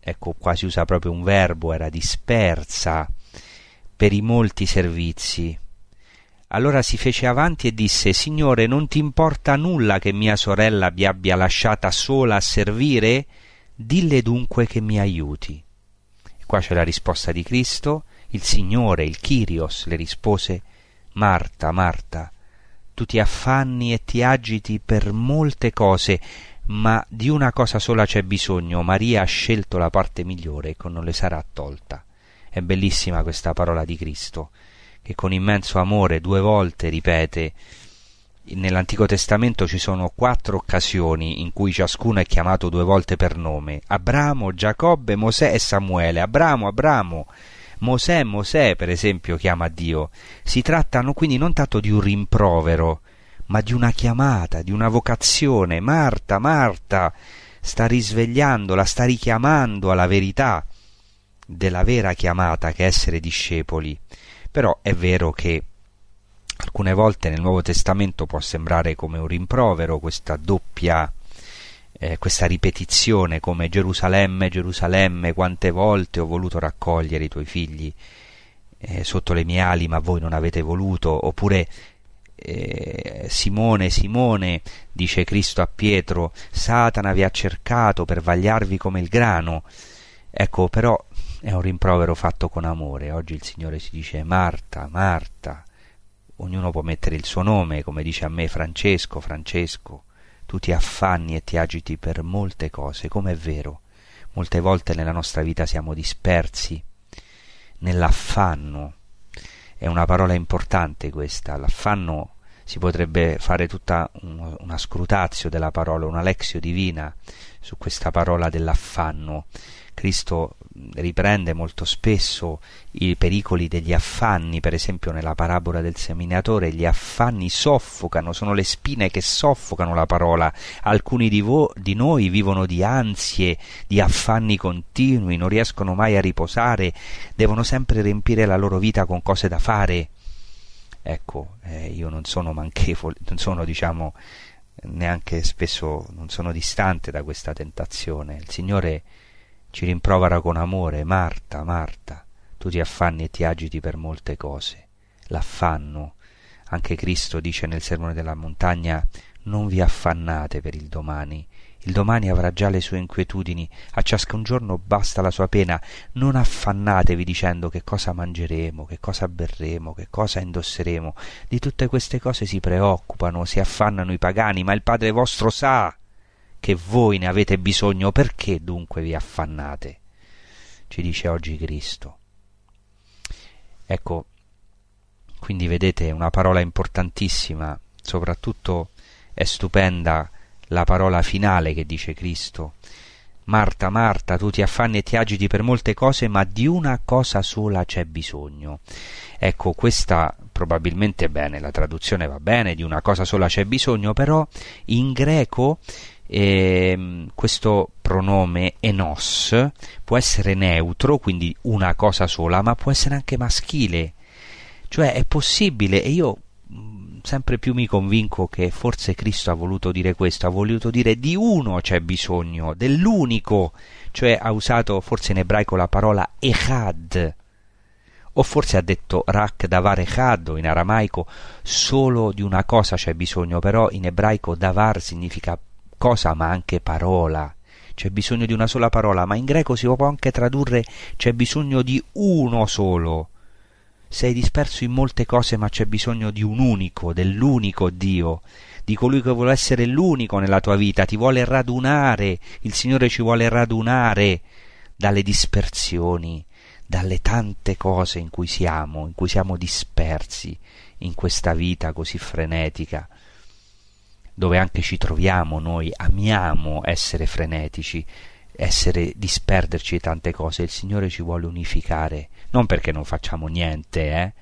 Speaker 2: ecco qua si usa proprio un verbo, era dispersa per i molti servizi. Allora si fece avanti e disse: Signore, non ti importa nulla che mia sorella vi abbia lasciata sola a servire? Dille dunque che mi aiuti. E qua c'è la risposta di Cristo. Il Signore, il Kyrios, le rispose: Marta, Marta, tu ti affanni e ti agiti per molte cose, ma di una cosa sola c'è bisogno. Maria ha scelto la parte migliore e non le sarà tolta. È bellissima questa parola di Cristo, che con immenso amore 2 volte ripete. Nell'Antico Testamento ci sono 4 occasioni in cui ciascuno è chiamato 2 volte per nome: Abramo, Giacobbe, Mosè e Samuele. Abramo, Abramo, Mosè, Mosè, per esempio, chiama Dio. Si tratta quindi non tanto di un rimprovero, ma di una chiamata, di una vocazione. Marta, Marta, sta risvegliando, la sta richiamando alla verità della vera chiamata, che è essere discepoli. Però è vero che alcune volte nel Nuovo Testamento può sembrare come un rimprovero questa doppia, questa ripetizione, come Gerusalemme, Gerusalemme, quante volte ho voluto raccogliere i tuoi figli sotto le mie ali, ma voi non avete voluto. Oppure Simone, Simone, dice Cristo a Pietro, Satana vi ha cercato per vagliarvi come il grano. Ecco, però è un rimprovero fatto con amore. Oggi il Signore si dice: Marta, Marta. Ognuno può mettere il suo nome, come dice a me Francesco, Francesco. Tu ti affanni e ti agiti per molte cose, come è vero. Molte volte nella nostra vita siamo dispersi nell'affanno. È una parola importante questa. L'affanno, si potrebbe fare tutta una scrutatio della parola, una lexio divina su questa parola dell'affanno. Cristo riprende molto spesso i pericoli degli affanni. Per esempio nella parabola del seminatore, gli affanni soffocano, sono le spine che soffocano la parola. Alcuni di noi vivono di ansie, di affanni continui, non riescono mai a riposare, devono sempre riempire la loro vita con cose da fare. Ecco, io non sono manchevole, non sono, neanche spesso, non sono distante da questa tentazione. Il Signore ci rimprovera con amore: Marta, Marta, tu ti affanni e ti agiti per molte cose. L'affanno, anche Cristo dice nel Sermone della Montagna: non vi affannate per il domani avrà già le sue inquietudini, a ciascun giorno basta la sua pena. Non affannatevi dicendo che cosa mangeremo, che cosa berremo, che cosa indosseremo. Di tutte queste cose si preoccupano, si affannano i pagani, ma il Padre vostro sa che voi ne avete bisogno. Perché dunque vi affannate? Ci dice oggi Cristo. Ecco, quindi vedete, una parola importantissima. Soprattutto è stupenda la parola finale che dice Cristo: Marta, Marta, tu ti affanni e ti agiti per molte cose, ma di una cosa sola c'è bisogno. Ecco, questa probabilmente bene, la traduzione va bene, di una cosa sola c'è bisogno, però in greco questo pronome enos può essere neutro, quindi una cosa sola, ma può essere anche maschile. Cioè è possibile, e io sempre più mi convinco che forse Cristo ha voluto dire questo, ha voluto dire di uno c'è bisogno, dell'unico, cioè ha usato forse in ebraico la parola echad, o forse ha detto rak davar echad, o in aramaico solo di una cosa c'è bisogno, però in ebraico davar significa cosa ma anche parola. C'è bisogno di una sola parola, ma in greco si può anche tradurre c'è bisogno di uno solo. Sei disperso in molte cose, ma c'è bisogno di un unico, dell'unico Dio, di colui che vuole essere l'unico nella tua vita. Ti vuole radunare, il Signore ci vuole radunare dalle dispersioni, dalle tante cose in cui siamo dispersi in questa vita così frenetica, dove anche ci troviamo noi. Amiamo essere frenetici, disperderci di tante cose. Il Signore ci vuole unificare, non perché non facciamo niente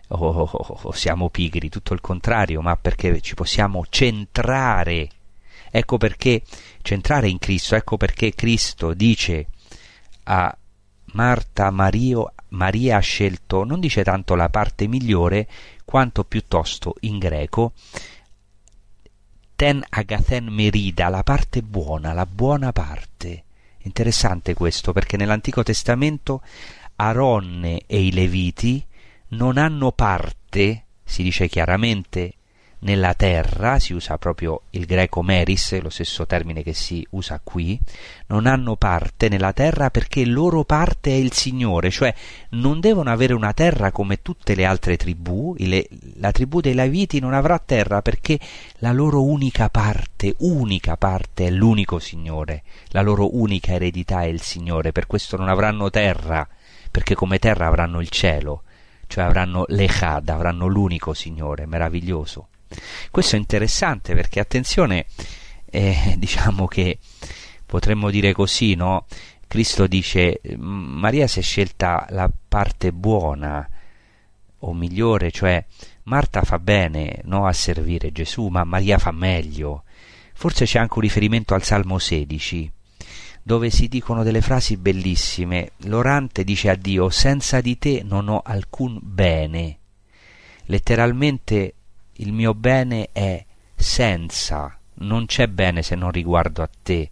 Speaker 2: o siamo pigri, tutto il contrario, ma perché ci possiamo centrare. Ecco perché centrare in Cristo, ecco perché Cristo dice a Marta: Maria ha scelto, non dice tanto la parte migliore, quanto piuttosto in greco ten agathen merida, la parte buona, la buona parte. Interessante questo, perché nell'Antico Testamento Aaronne e i Leviti non hanno parte, si dice chiaramente, nella terra, si usa proprio il greco meris, lo stesso termine che si usa qui, non hanno parte nella terra perché loro parte è il Signore, cioè non devono avere una terra come tutte le altre tribù. La tribù dei Leviti non avrà terra perché la loro unica parte è l'unico Signore, la loro unica eredità è il Signore, per questo non avranno terra, perché come terra avranno il cielo, cioè avranno l'Echad, avranno l'unico Signore, meraviglioso. Questo è interessante perché, attenzione, diciamo che potremmo dire così, no? Cristo dice: Maria si è scelta la parte buona o migliore, cioè Marta fa bene, no, a servire Gesù, ma Maria fa meglio. Forse c'è anche un riferimento al Salmo 16, dove si dicono delle frasi bellissime. L'orante dice a Dio: senza di te non ho alcun bene. Letteralmente il mio bene è senza, non c'è bene se non riguardo a te.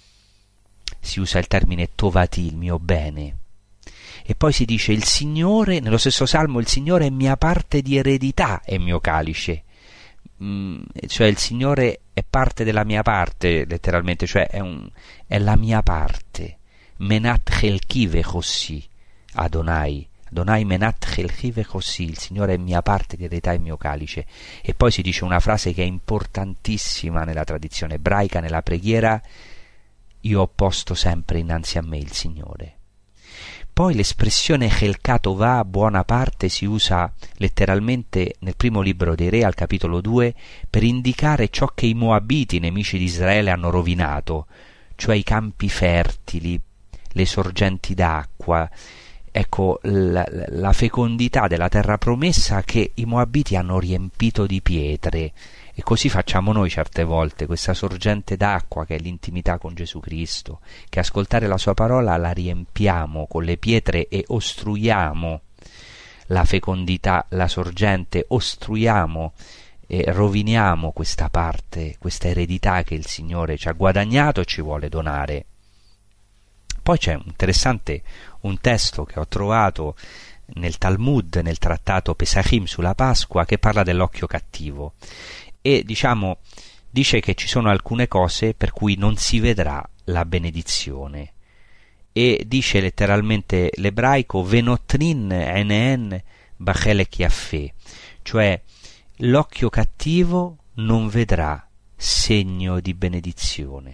Speaker 2: Si usa il termine tovati, il mio bene. E poi si dice: il Signore, nello stesso Salmo, il Signore è mia parte di eredità e mio calice. Cioè il Signore è parte della mia parte, letteralmente, cioè è la mia parte. Menat chelki vechossi, Adonai menat chelki vechossi, il Signore è mia parte di eredità e mio calice. E poi si dice una frase che è importantissima nella tradizione ebraica, nella preghiera: io ho posto sempre innanzi a me il Signore. Poi l'espressione Chelkatovà, buona parte, si usa letteralmente nel primo libro dei Re, al capitolo 2, per indicare ciò che i Moabiti, nemici di Israele, hanno rovinato, cioè i campi fertili, le sorgenti d'acqua, ecco, la fecondità della terra promessa che i Moabiti hanno riempito di pietre. E così facciamo noi certe volte, questa sorgente d'acqua che è l'intimità con Gesù Cristo, che ascoltare la sua parola la riempiamo con le pietre e ostruiamo la fecondità, la sorgente, ostruiamo e roviniamo questa parte, questa eredità che il Signore ci ha guadagnato e ci vuole donare. Poi c'è un testo che ho trovato nel Talmud, nel trattato Pesachim sulla Pasqua, che parla dell'occhio cattivo. E dice che ci sono alcune cose per cui non si vedrà la benedizione, e dice letteralmente l'ebraico venotrin enen bachelek yaffé, cioè l'occhio cattivo non vedrà segno di benedizione,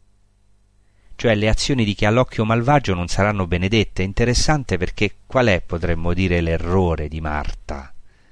Speaker 2: cioè le azioni di chi ha l'occhio malvagio non saranno benedette. Interessante, perché qual è, potremmo dire, l'errore di Marta?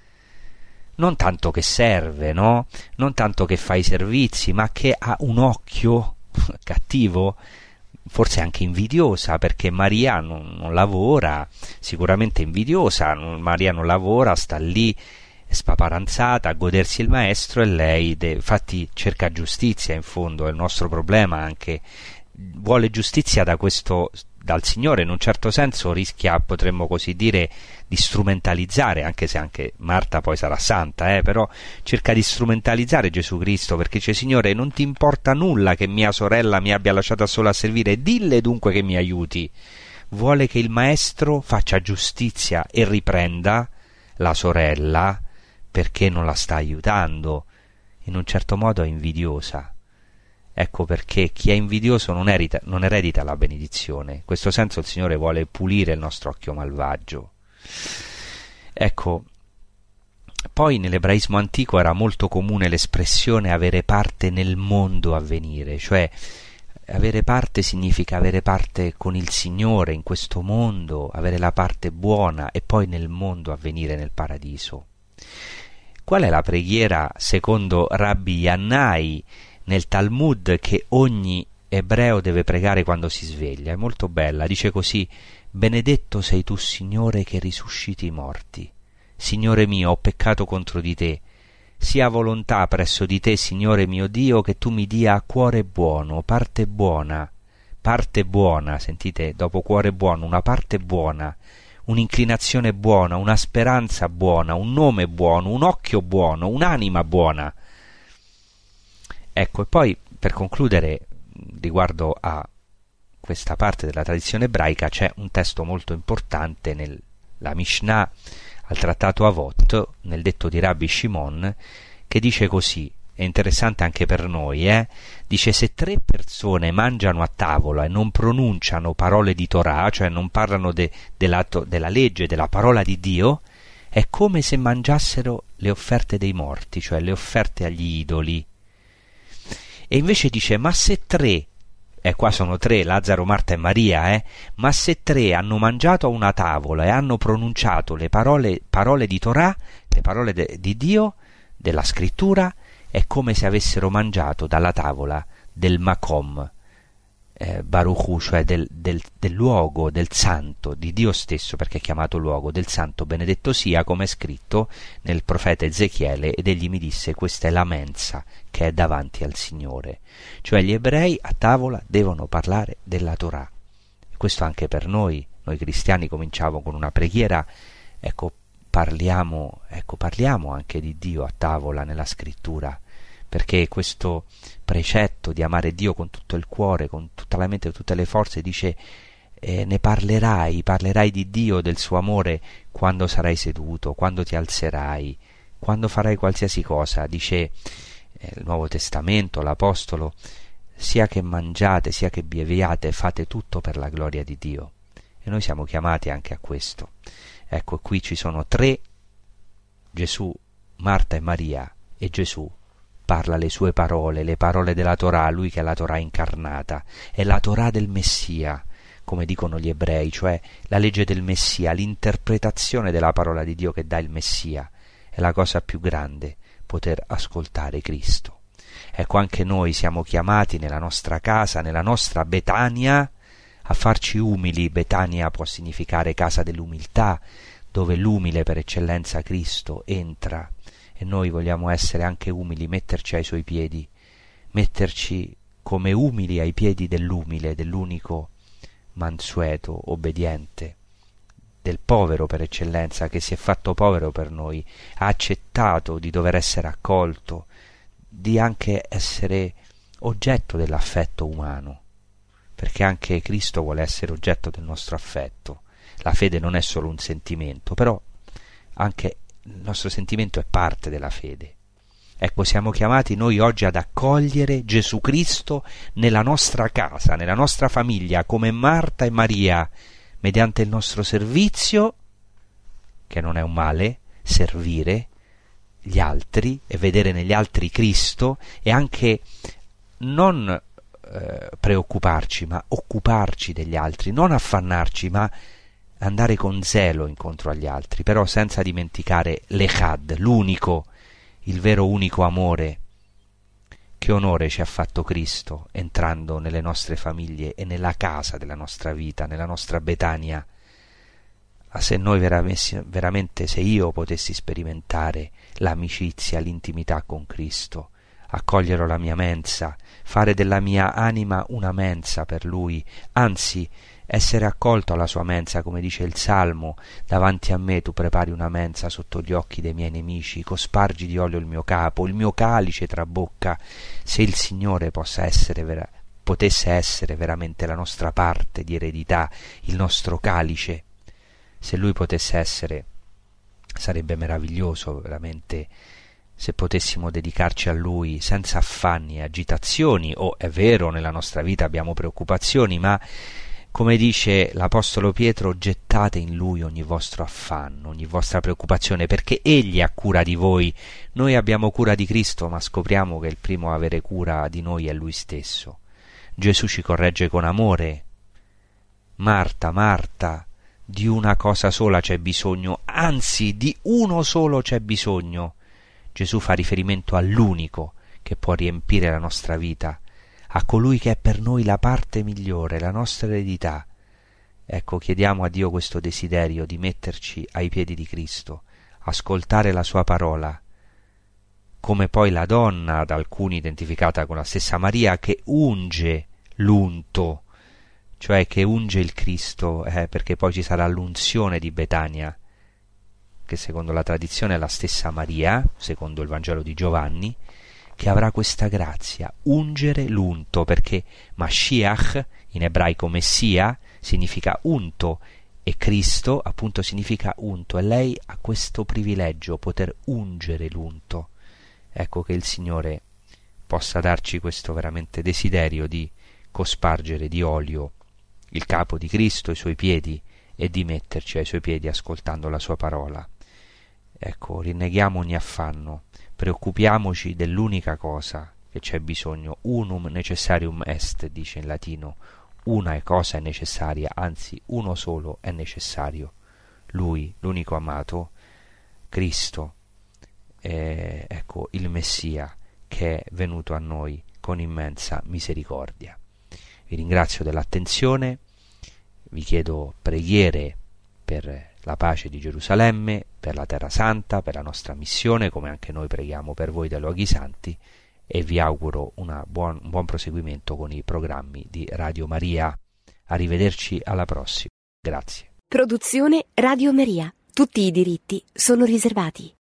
Speaker 2: Non tanto che serve, no? Non tanto che fa i servizi, ma che ha un occhio cattivo, forse anche invidiosa, perché Maria non lavora, sicuramente invidiosa. Maria non lavora, sta lì spaparanzata a godersi il maestro, e lei infatti cerca giustizia. In fondo è il nostro problema, anche vuole giustizia dal Signore. In un certo senso rischia, potremmo così dire, di strumentalizzare, anche se anche Marta poi sarà santa, però cerca di strumentalizzare Gesù Cristo, perché dice: Signore, non ti importa nulla che mia sorella mi abbia lasciata sola a servire, dille dunque che mi aiuti. Vuole che il maestro faccia giustizia e riprenda la sorella perché non la sta aiutando. In un certo modo è invidiosa. Ecco perché chi è invidioso non eredita la benedizione. In questo senso il Signore vuole pulire il nostro occhio malvagio. Ecco, poi nell'ebraismo antico era molto comune l'espressione avere parte nel mondo a venire, cioè avere parte significa avere parte con il Signore in questo mondo, avere la parte buona, e poi nel mondo a venire, nel paradiso. Qual è la preghiera secondo Rabbi Yannai nel Talmud che ogni ebreo deve pregare quando si sveglia? È molto bella, dice così: benedetto sei tu, Signore, che risusciti i morti. Signore mio, ho peccato contro di te. Sia volontà presso di te, Signore mio Dio, che tu mi dia cuore buono, parte buona, sentite, dopo cuore buono, una parte buona, un'inclinazione buona, una speranza buona, un nome buono, un occhio buono, un'anima buona. Ecco, e poi per concludere, riguardo a questa parte della tradizione ebraica c'è un testo molto importante nella Mishnah, al trattato Avot, nel detto di Rabbi Shimon, che dice così, è interessante anche per noi, dice: se 3 persone mangiano a tavola e non pronunciano parole di Torah, cioè non parlano della legge, della parola di Dio, è come se mangiassero le offerte dei morti, cioè le offerte agli idoli. E invece dice: ma se 3, e qua sono 3, Lazzaro, Marta e Maria, ma se 3 hanno mangiato a una tavola e hanno pronunciato le parole di Torah, le parole di Dio, della scrittura, è come se avessero mangiato dalla tavola del Makom, Baruchu, cioè del luogo, del santo, di Dio stesso, perché è chiamato luogo del santo, benedetto sia, come è scritto nel profeta Ezechiele, ed egli mi disse: questa è la mensa che è davanti al Signore. Cioè gli ebrei a tavola devono parlare della Torah. E questo anche per noi cristiani. Cominciamo con una preghiera, parliamo anche di Dio a tavola nella scrittura, perché questo precetto di amare Dio con tutto il cuore, con tutta la mente e tutte le forze, dice: ne parlerai di Dio, del suo amore, quando sarai seduto, quando ti alzerai, quando farai qualsiasi cosa. Dice il Nuovo Testamento, l'Apostolo: sia che mangiate, sia che beviate, fate tutto per la gloria di Dio. E noi siamo chiamati anche a questo. Ecco, qui ci sono 3, Gesù, Marta e Maria, e Gesù parla le sue parole, le parole della Torah, lui che è la Torah incarnata, è la Torah del Messia, come dicono gli ebrei, cioè la legge del Messia, l'interpretazione della parola di Dio che dà il Messia. È la cosa più grande, poter ascoltare Cristo. Ecco, anche noi siamo chiamati nella nostra casa, nella nostra Betania, a farci umili. Betania può significare casa dell'umiltà, dove l'umile per eccellenza Cristo entra, e noi vogliamo essere anche umili, metterci ai suoi piedi, metterci come umili ai piedi dell'umile, dell'unico mansueto, obbediente, del povero per eccellenza, che si è fatto povero per noi, ha accettato di dover essere accolto, di anche essere oggetto dell'affetto umano, perché anche Cristo vuole essere oggetto del nostro affetto. La fede non è solo un sentimento, però anche il nostro sentimento è parte della fede. Ecco, siamo chiamati noi oggi ad accogliere Gesù Cristo nella nostra casa, nella nostra famiglia, come Marta e Maria, mediante il nostro servizio, che non è un male, servire gli altri e vedere negli altri Cristo, e anche non preoccuparci, ma occuparci degli altri, non affannarci, ma andare con zelo incontro agli altri, però senza dimenticare l'Echad, l'unico, il vero unico amore. Che onore ci ha fatto Cristo entrando nelle nostre famiglie e nella casa della nostra vita, nella nostra Betania. Se noi veramente, se io potessi sperimentare l'amicizia, l'intimità con Cristo, accoglierò la mia mensa, fare della mia anima una mensa per Lui, anzi essere accolto alla sua mensa, come dice il Salmo: davanti a me tu prepari una mensa sotto gli occhi dei miei nemici, cospargi di olio il mio capo, il mio calice trabocca. Se il Signore potesse essere veramente la nostra parte di eredità, il nostro calice, se Lui potesse essere, sarebbe meraviglioso veramente, se potessimo dedicarci a Lui senza affanni e agitazioni. È vero, nella nostra vita abbiamo preoccupazioni, ma come dice l'Apostolo Pietro: gettate in Lui ogni vostro affanno, ogni vostra preoccupazione, perché Egli ha cura di voi. Noi abbiamo cura di Cristo, ma scopriamo che il primo a avere cura di noi è Lui stesso. Gesù ci corregge con amore: Marta, Marta, di una cosa sola c'è bisogno, anzi di uno solo c'è bisogno. Gesù fa riferimento all'unico che può riempire la nostra vita, a colui che è per noi la parte migliore, la nostra eredità. Ecco, chiediamo a Dio questo desiderio di metterci ai piedi di Cristo, ascoltare la sua parola, come poi la donna, da alcuni identificata con la stessa Maria, che unge l'unto, cioè che unge il Cristo, perché poi ci sarà l'unzione di Betania, che secondo la tradizione è la stessa Maria, secondo il Vangelo di Giovanni, che avrà questa grazia, ungere l'unto, perché Mashiach, in ebraico Messia, significa unto, e Cristo appunto significa unto, e lei ha questo privilegio, poter ungere l'unto. Ecco, che il Signore possa darci questo veramente desiderio di cospargere di olio il capo di Cristo, i suoi piedi, e di metterci ai suoi piedi ascoltando la sua parola. Ecco, rinneghiamo ogni affanno, preoccupiamoci dell'unica cosa che c'è bisogno. Unum necessarium est, dice in latino. Una cosa è necessaria, anzi uno solo è necessario. Lui, l'unico amato, Cristo, ecco, il Messia, che è venuto a noi con immensa misericordia. Vi ringrazio dell'attenzione, vi chiedo preghiere per la pace di Gerusalemme, per la Terra Santa, per la nostra missione, come anche noi preghiamo per voi dai luoghi santi, e vi auguro un buon proseguimento con i programmi di Radio Maria. Arrivederci alla prossima. Grazie.
Speaker 1: Produzione Radio Maria. Tutti i diritti sono riservati.